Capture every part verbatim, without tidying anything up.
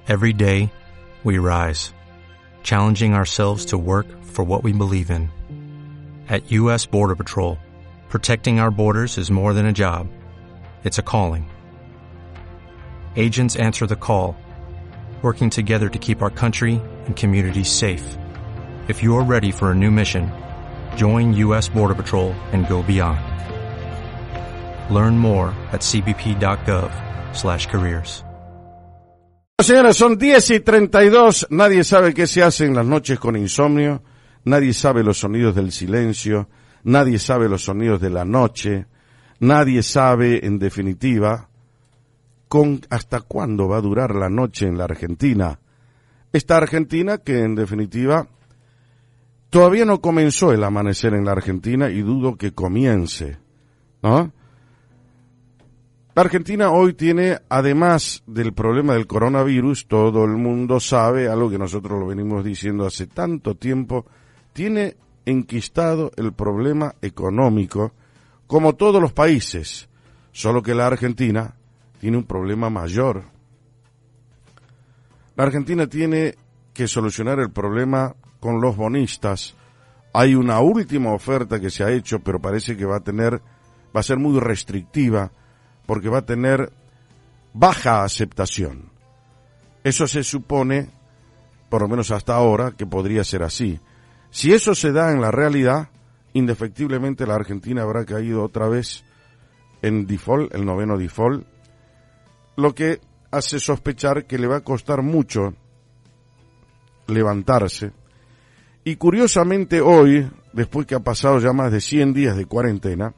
Every day, we rise, challenging ourselves to work for what we believe in. At U S Border Patrol, protecting our borders is more than a job. It's a calling. Agents answer the call, working together to keep our country and communities safe. If you are ready for a new mission, join U S Border Patrol and go beyond. Learn more at cbp.gov slash careers. Señoras, son diez y treinta y dos. Nadie sabe qué se hace en las noches con insomnio. Nadie sabe los sonidos del silencio. Nadie sabe los sonidos de la noche. Nadie sabe, en definitiva, con hasta cuándo va a durar la noche en la Argentina. Esta Argentina que, en definitiva, todavía no comenzó el amanecer en la Argentina y dudo que comience, ¿no? La Argentina hoy tiene, además del problema del coronavirus, todo el mundo sabe, algo que nosotros lo venimos diciendo hace tanto tiempo, tiene enquistado el problema económico, como todos los países, solo que la Argentina tiene un problema mayor. La Argentina tiene que solucionar el problema con los bonistas. Hay una última oferta que se ha hecho, pero parece que va a tener, va a ser muy restrictiva, porque va a tener baja aceptación. Eso se supone, por lo menos hasta ahora, que podría ser así. Si eso se da en la realidad, indefectiblemente la Argentina habrá caído otra vez en default, el noveno default, lo que hace sospechar que le va a costar mucho levantarse. Y curiosamente hoy, después que ha pasado ya más de cien días de cuarentena,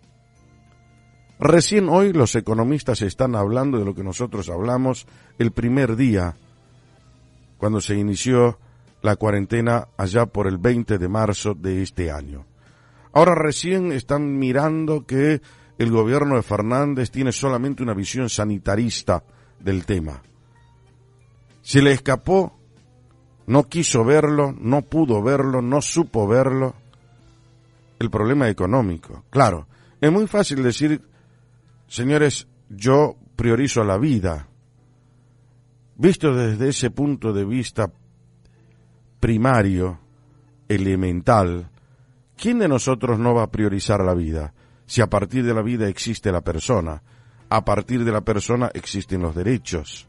recién hoy los economistas están hablando de lo que nosotros hablamos el primer día, cuando se inició la cuarentena allá por el veinte de marzo de este año. Ahora recién están mirando que el gobierno de Fernández tiene solamente una visión sanitarista del tema. Se le escapó, no quiso verlo, no pudo verlo, no supo verlo, el problema económico. Claro, es muy fácil decir, señores, yo priorizo la vida. Visto desde ese punto de vista primario, elemental, ¿quién de nosotros no va a priorizar la vida? Si a partir de la vida existe la persona, a partir de la persona existen los derechos.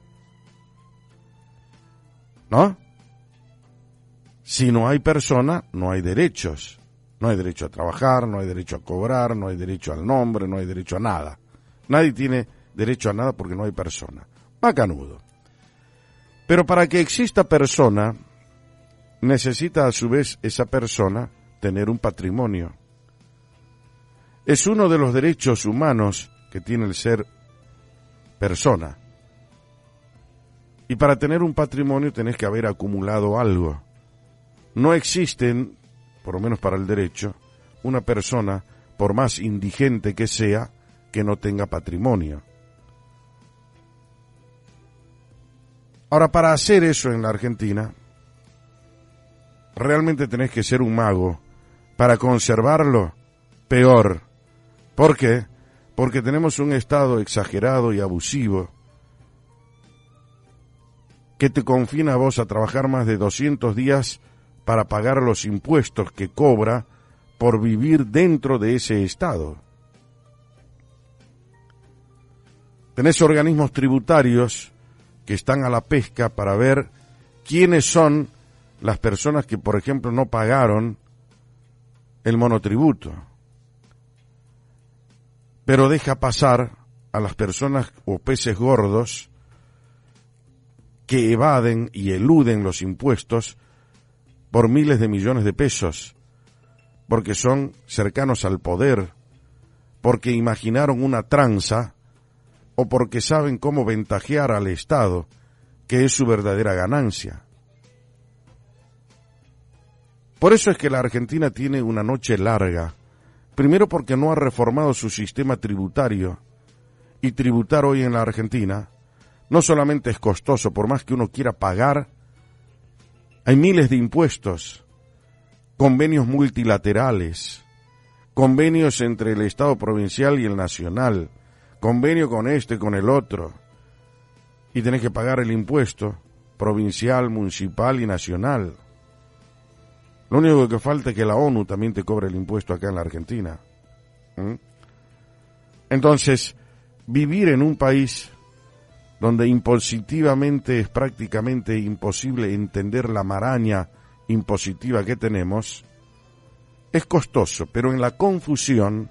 ¿No? Si no hay persona, no hay derechos. No hay derecho a trabajar, no hay derecho a cobrar, no hay derecho al nombre, no hay derecho a nada. Nadie tiene derecho a nada porque no hay persona. Macanudo. Pero para que exista persona, necesita a su vez esa persona tener un patrimonio. Es uno de los derechos humanos que tiene el ser persona. Y para tener un patrimonio tenés que haber acumulado algo. No existen, por lo menos para el derecho, una persona, por más indigente que sea, que no tenga patrimonio. Ahora, para hacer eso en la Argentina, realmente tenés que ser un mago. Para conservarlo, peor. ¿Por qué? Porque tenemos un Estado exagerado y abusivo que te confina a vos a trabajar más de doscientos días para pagar los impuestos que cobra por vivir dentro de ese Estado. Tenés organismos tributarios que están a la pesca para ver quiénes son las personas que, por ejemplo, no pagaron el monotributo, pero deja pasar a las personas o peces gordos que evaden y eluden los impuestos por miles de millones de pesos, porque son cercanos al poder, porque imaginaron una tranza o porque saben cómo ventajear al Estado, que es su verdadera ganancia. Por eso es que la Argentina tiene una noche larga, primero porque no ha reformado su sistema tributario, y tributar hoy en la Argentina no solamente es costoso, por más que uno quiera pagar, hay miles de impuestos, convenios multilaterales, convenios entre el Estado provincial y el nacional, convenio con este, con el otro. y tenés que pagar el impuesto provincial, municipal y nacional. Lo único que falta es que la ONU también te cobre el impuesto acá en la Argentina. ¿Mm? Entonces, vivir en un país donde impositivamente es prácticamente imposible entender la maraña impositiva que tenemos, es costoso, pero en la confusión,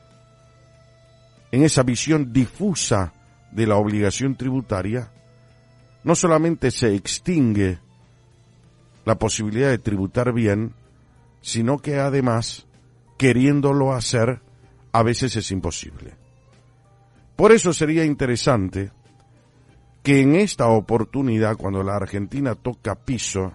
en esa visión difusa de la obligación tributaria, no solamente se extingue la posibilidad de tributar bien, sino que además, queriéndolo hacer, a veces es imposible. Por eso sería interesante que en esta oportunidad, cuando la Argentina toca piso,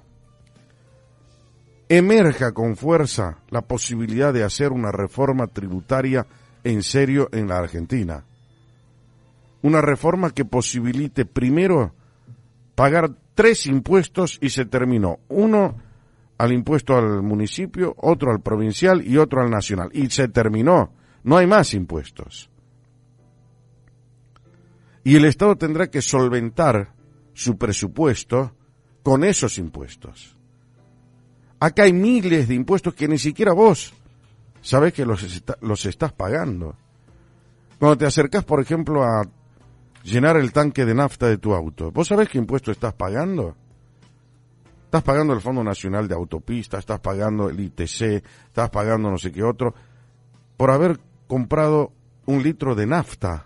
emerja con fuerza la posibilidad de hacer una reforma tributaria en serio en la Argentina. Una reforma que posibilite primero pagar tres impuestos y se terminó. Uno al impuesto al municipio, otro al provincial y otro al nacional. Y se terminó. No hay más impuestos. Y el Estado tendrá que solventar su presupuesto con esos impuestos. Acá hay miles de impuestos que ni siquiera vos sabés que los, está, los estás pagando. Cuando te acercás, por ejemplo, a llenar el tanque de nafta de tu auto, ¿vos sabés qué impuesto estás pagando? Estás pagando el Fondo Nacional de Autopistas, estás pagando el I T C, estás pagando no sé qué otro, por haber comprado un litro de nafta.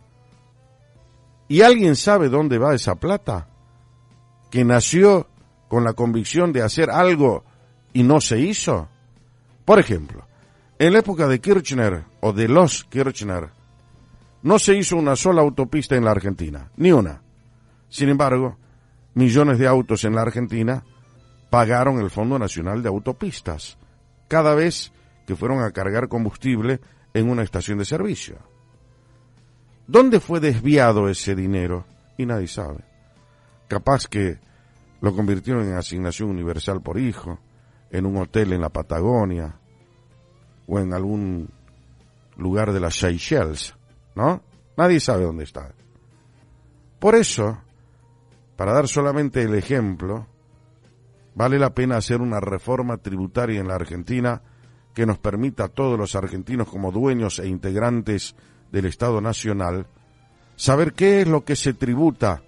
¿Y alguien sabe dónde va esa plata? Que nació con la convicción de hacer algo y no se hizo. Por ejemplo, en la época de Kirchner o de los Kirchner, no se hizo una sola autopista en la Argentina, ni una. Sin embargo, millones de autos en la Argentina pagaron el Fondo Nacional de Autopistas cada vez que fueron a cargar combustible en una estación de servicio. ¿Dónde fue desviado ese dinero? Y nadie sabe. Capaz que lo convirtieron en asignación universal por hijo, en un hotel en la Patagonia, o en algún lugar de las Seychelles, ¿no? Nadie sabe dónde está. Por eso, para dar solamente el ejemplo, vale la pena hacer una reforma tributaria en la Argentina que nos permita a todos los argentinos como dueños e integrantes del Estado Nacional saber qué es lo que se tributa,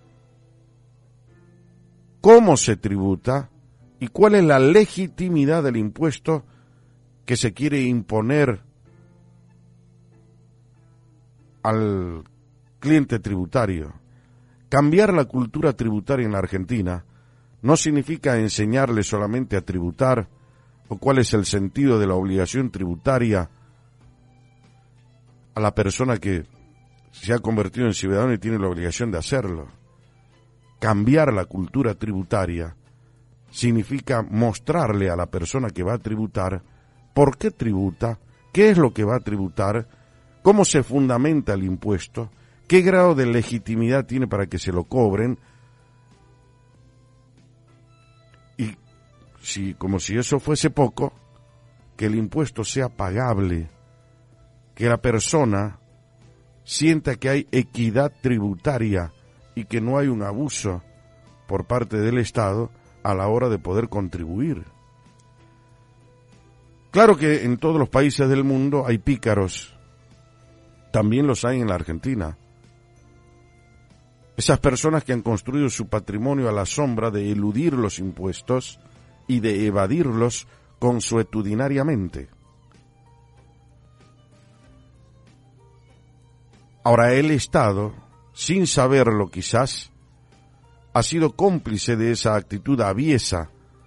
cómo se tributa y cuál es la legitimidad del impuesto que se quiere imponer al cliente tributario. Cambiar la cultura tributaria en la Argentina no significa enseñarle solamente a tributar o cuál es el sentido de la obligación tributaria a la persona que se ha convertido en ciudadano y tiene la obligación de hacerlo. Cambiar la cultura tributaria significa mostrarle a la persona que va a tributar por qué tributa, qué es lo que va a tributar, cómo se fundamenta el impuesto, qué grado de legitimidad tiene para que se lo cobren, y si, como si eso fuese poco, que el impuesto sea pagable, que la persona sienta que hay equidad tributaria y que no hay un abuso por parte del Estado a la hora de poder contribuir. Claro que en todos los países del mundo hay pícaros, también los hay en la Argentina. Esas personas que han construido su patrimonio a la sombra de eludir los impuestos y de evadirlos consuetudinariamente. Ahora el Estado, sin saberlo quizás, ha sido cómplice de esa actitud aviesa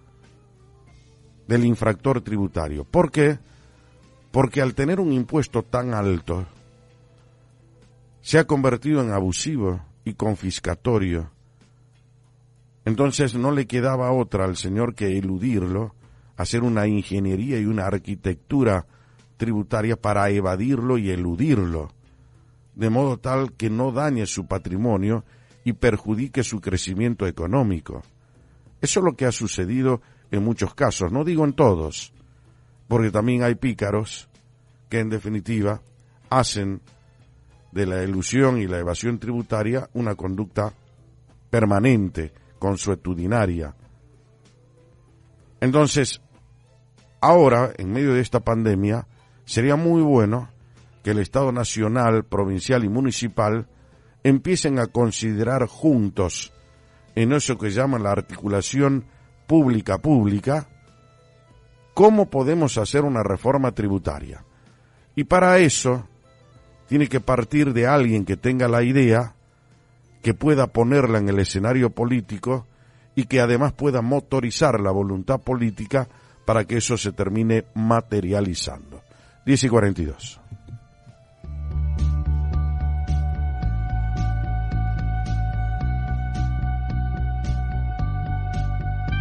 del infractor tributario. ¿Por qué? Porque al tener un impuesto tan alto, se ha convertido en abusivo y confiscatorio. Entonces no le quedaba otra al señor que eludirlo, hacer una ingeniería y una arquitectura tributaria para evadirlo y eludirlo, de modo tal que no dañe su patrimonio y perjudique su crecimiento económico. Eso es lo que ha sucedido en muchos casos, no digo en todos, porque también hay pícaros que en definitiva hacen de la elusión y la evasión tributaria una conducta permanente, consuetudinaria. Entonces, ahora, en medio de esta pandemia, sería muy bueno que el Estado nacional, provincial y municipal empiecen a considerar juntos en eso que llaman la articulación pública-pública, cómo podemos hacer una reforma tributaria. Y para eso tiene que partir de alguien que tenga la idea, que pueda ponerla en el escenario político y que además pueda motorizar la voluntad política para que eso se termine materializando. diez y cuarenta y dos.